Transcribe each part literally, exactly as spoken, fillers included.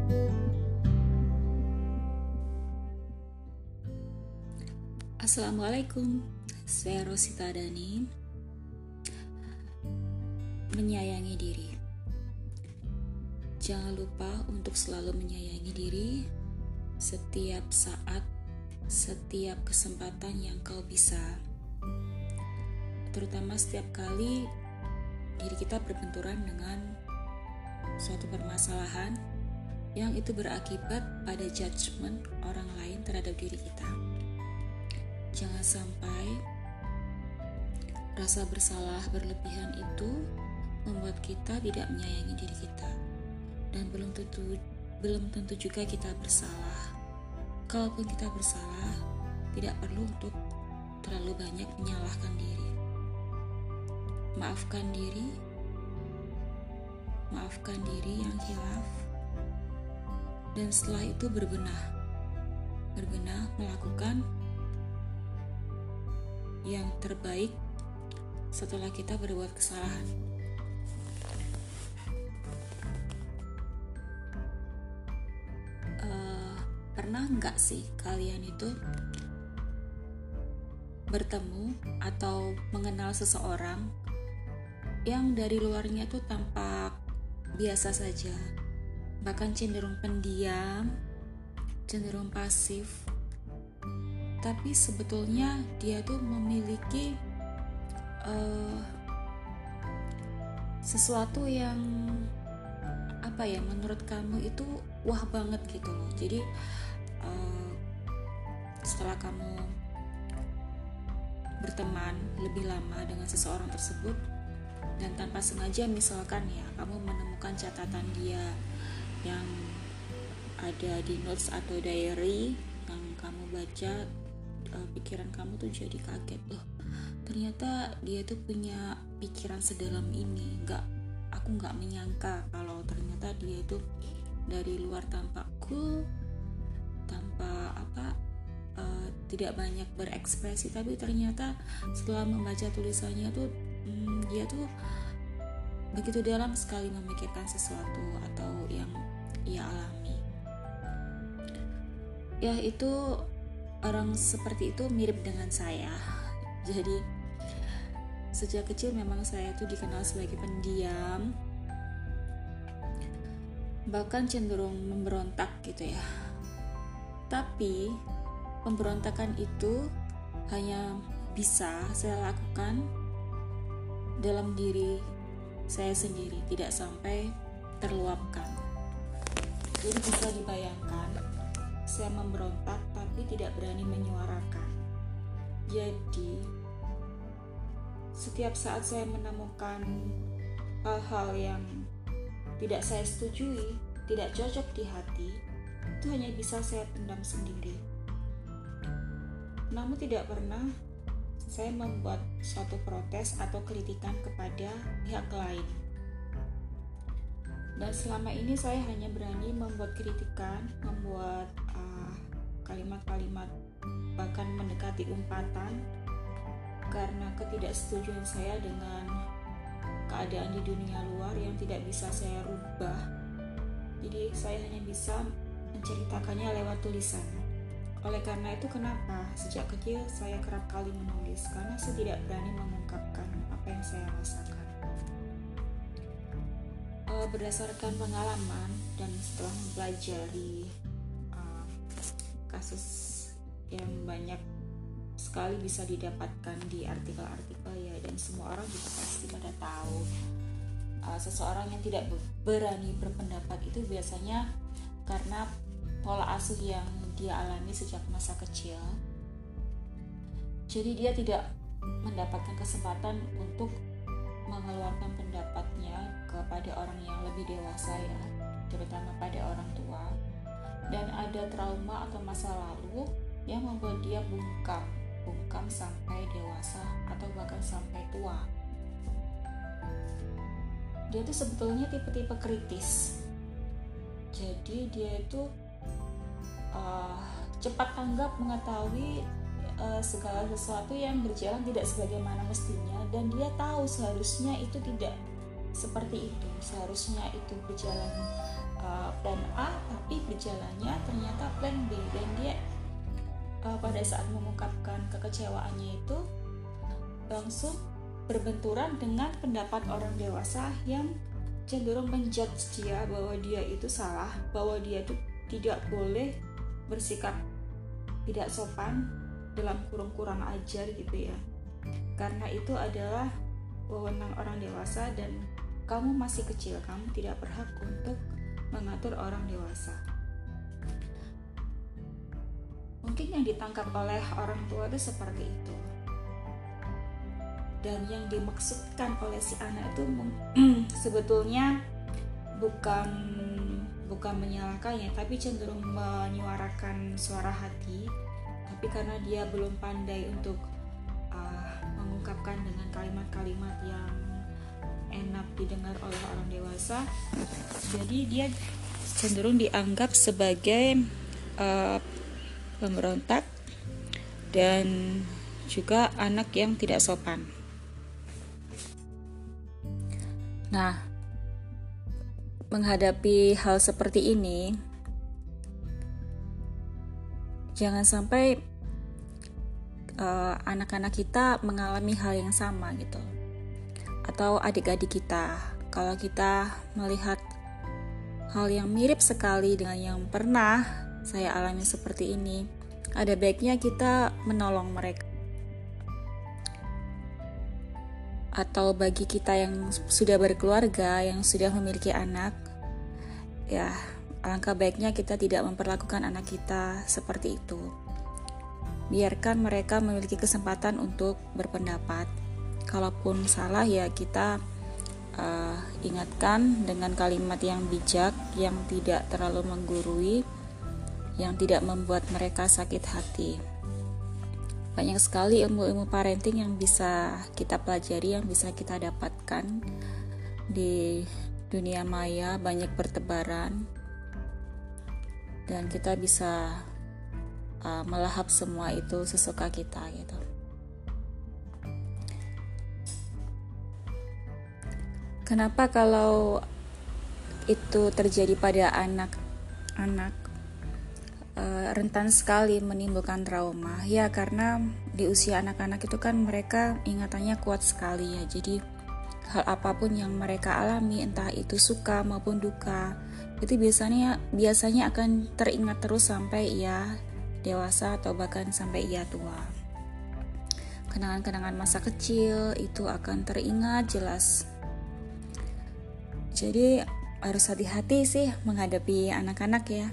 Assalamualaikum, saya Rosita Dani. Menyayangi diri. Jangan lupa untuk selalu menyayangi diri setiap saat, setiap kesempatan yang kau bisa. Terutama setiap kali diri kita berbenturan dengan suatu permasalahan yang itu berakibat pada judgement orang lain terhadap diri kita. Jangan sampai rasa bersalah berlebihan itu membuat kita tidak menyayangi diri kita, dan belum tentu belum tentu juga kita bersalah. Kalaupun kita bersalah, tidak perlu untuk terlalu banyak menyalahkan diri. Maafkan diri, maafkan diri yang hilaf, dan setelah itu berbenah, berbenah melakukan yang terbaik setelah kita berbuat kesalahan. Uh, pernah nggak sih kalian itu bertemu atau mengenal seseorang yang dari luarnya tuh tampak biasa saja, bahkan cenderung pendiam, cenderung pasif, tapi sebetulnya dia tuh memiliki uh, sesuatu yang apa ya, menurut kamu itu wah banget gitu loh. Jadi uh, setelah kamu berteman lebih lama dengan seseorang tersebut, dan tanpa sengaja misalkan ya kamu menemukan catatan dia yang ada di notes atau diary yang kamu baca, uh, pikiran kamu tuh jadi kaget, loh ternyata dia tuh punya pikiran sedalam ini. Nggak, aku nggak menyangka kalau ternyata dia itu dari luar tampak cool, tanpa apa uh, tidak banyak berekspresi, tapi ternyata setelah membaca tulisannya tuh hmm, dia tuh begitu dalam sekali memikirkan sesuatu atau yang ia alami. Ya, itu orang seperti itu mirip dengan saya. Jadi sejak kecil memang saya tuh dikenal sebagai pendiam, bahkan cenderung memberontak gitu ya. Tapi pemberontakan itu hanya bisa saya lakukan dalam diri saya sendiri, tidak sampai terluapkan. Jadi bisa dibayangkan, saya memberontak tapi tidak berani menyuarakan. Jadi setiap saat saya menemukan hal-hal yang tidak saya setujui, tidak cocok di hati, itu hanya bisa saya pendam sendiri. Namun tidak pernah saya membuat suatu protes atau kritikan kepada pihak lain. Dan selama ini saya hanya berani membuat kritikan, membuat uh, kalimat-kalimat, bahkan mendekati umpatan, karena ketidaksetujuan saya dengan keadaan di dunia luar yang tidak bisa saya rubah. Jadi saya hanya bisa menceritakannya lewat tulisan. Oleh karena itu, kenapa sejak kecil saya kerap kali menulis, karena saya tidak berani mengungkapkan apa yang saya rasakan. Uh, berdasarkan pengalaman dan setelah mempelajari uh, kasus yang banyak sekali bisa didapatkan di artikel-artikel ya, dan semua orang juga pasti pada tahu uh, seseorang yang tidak berani berpendapat itu biasanya karena pola asuh yang dia alami sejak masa kecil. Jadi dia tidak mendapatkan kesempatan untuk mengeluarkan pendapatnya kepada orang yang lebih dewasa ya, terutama pada orang tua, dan ada trauma atau masa lalu yang membuat dia bungkam bungkam sampai dewasa atau bahkan sampai tua. Dia itu sebetulnya tipe-tipe kritis. Jadi dia itu uh, cepat tanggap mengetahui uh, segala sesuatu yang berjalan tidak sebagaimana mestinya, dan dia tahu seharusnya itu tidak seperti itu. Seharusnya itu berjalan uh, plan A, tapi berjalannya ternyata plan B, dan dia uh, pada saat mengungkapkan kekecewaannya itu langsung berbenturan dengan pendapat orang dewasa yang cenderung menjudge dia bahwa dia itu salah, bahwa dia itu tidak boleh bersikap tidak sopan, dalam kurung kurang ajar gitu ya, karena itu adalah wewenang orang dewasa dan kamu masih kecil, kamu tidak berhak untuk mengatur orang dewasa. Mungkin yang ditangkap oleh orang tua itu seperti itu, dan yang dimaksudkan oleh si anak itu sebetulnya bukan bukan menyalahkannya, tapi cenderung menyuarakan suara hati, tapi karena dia belum pandai untuk uh, mengungkapkan dengan kalimat-kalimat yang enak didengar oleh orang dewasa, jadi dia cenderung dianggap sebagai uh, pemberontak dan juga anak yang tidak sopan. Nah, menghadapi hal seperti ini, jangan sampai uh, anak-anak kita mengalami hal yang sama gitu, atau adik-adik kita. Kalau kita melihat hal yang mirip sekali dengan yang pernah saya alami seperti ini, ada baiknya kita menolong mereka. Atau bagi kita yang sudah berkeluarga, yang sudah memiliki anak, ya alangkah baiknya kita tidak memperlakukan anak kita seperti itu. Biarkan mereka memiliki kesempatan untuk berpendapat. Kalaupun salah ya kita uh, ingatkan dengan kalimat yang bijak, yang tidak terlalu menggurui, yang tidak membuat mereka sakit hati. Banyak sekali ilmu-ilmu parenting yang bisa kita pelajari, yang bisa kita dapatkan di dunia maya, banyak bertebaran, dan kita bisa uh, melahap semua itu sesuka kita gitu. Kenapa kalau itu terjadi pada anak-anak Uh, rentan sekali menimbulkan trauma? Ya karena di usia anak-anak itu kan mereka ingatannya kuat sekali ya. Jadi hal apapun yang mereka alami, entah itu suka maupun duka, itu biasanya biasanya akan teringat terus sampai ia dewasa atau bahkan sampai ia tua. Kenangan-kenangan masa kecil itu akan teringat jelas. Jadi harus hati-hati sih menghadapi anak-anak ya.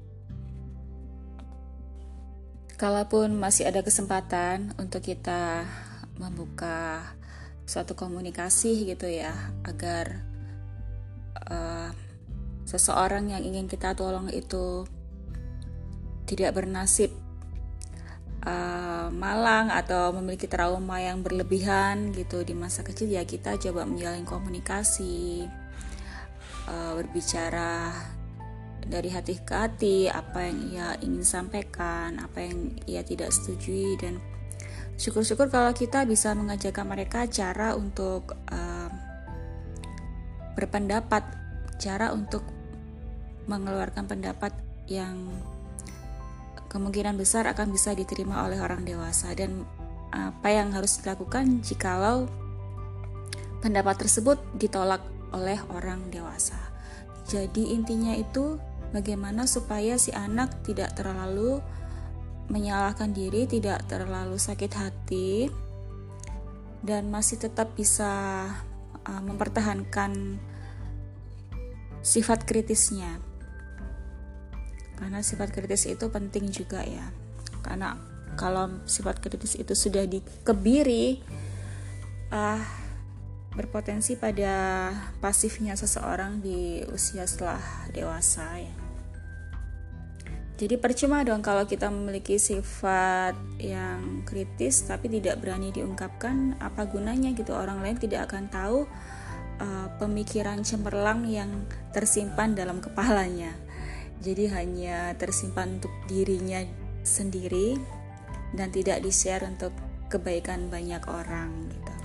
Kalaupun masih ada kesempatan untuk kita membuka suatu komunikasi gitu ya, agar uh, seseorang yang ingin kita tolong itu tidak bernasib uh, malang atau memiliki trauma yang berlebihan gitu di masa kecil, ya kita coba menjalin komunikasi, uh, berbicara dari hati ke hati apa yang ia ingin sampaikan, apa yang ia tidak setujui, dan syukur-syukur kalau kita bisa mengajarkan mereka cara untuk uh, berpendapat, cara untuk mengeluarkan pendapat yang kemungkinan besar akan bisa diterima oleh orang dewasa, dan apa yang harus dilakukan jikalau pendapat tersebut ditolak oleh orang dewasa. Jadi intinya itu bagaimana supaya si anak tidak terlalu menyalahkan diri, tidak terlalu sakit hati, dan masih tetap bisa uh, mempertahankan sifat kritisnya. Karena sifat kritis itu penting juga ya. Karena kalau sifat kritis itu sudah dikebiri, uh, berpotensi pada pasifnya seseorang di usia setelah dewasa ya. Jadi percuma dong kalau kita memiliki sifat yang kritis tapi tidak berani diungkapkan, apa gunanya gitu. Orang lain tidak akan tahu uh, pemikiran cemerlang yang tersimpan dalam kepalanya. Jadi hanya tersimpan untuk dirinya sendiri dan tidak di-share untuk kebaikan banyak orang gitu.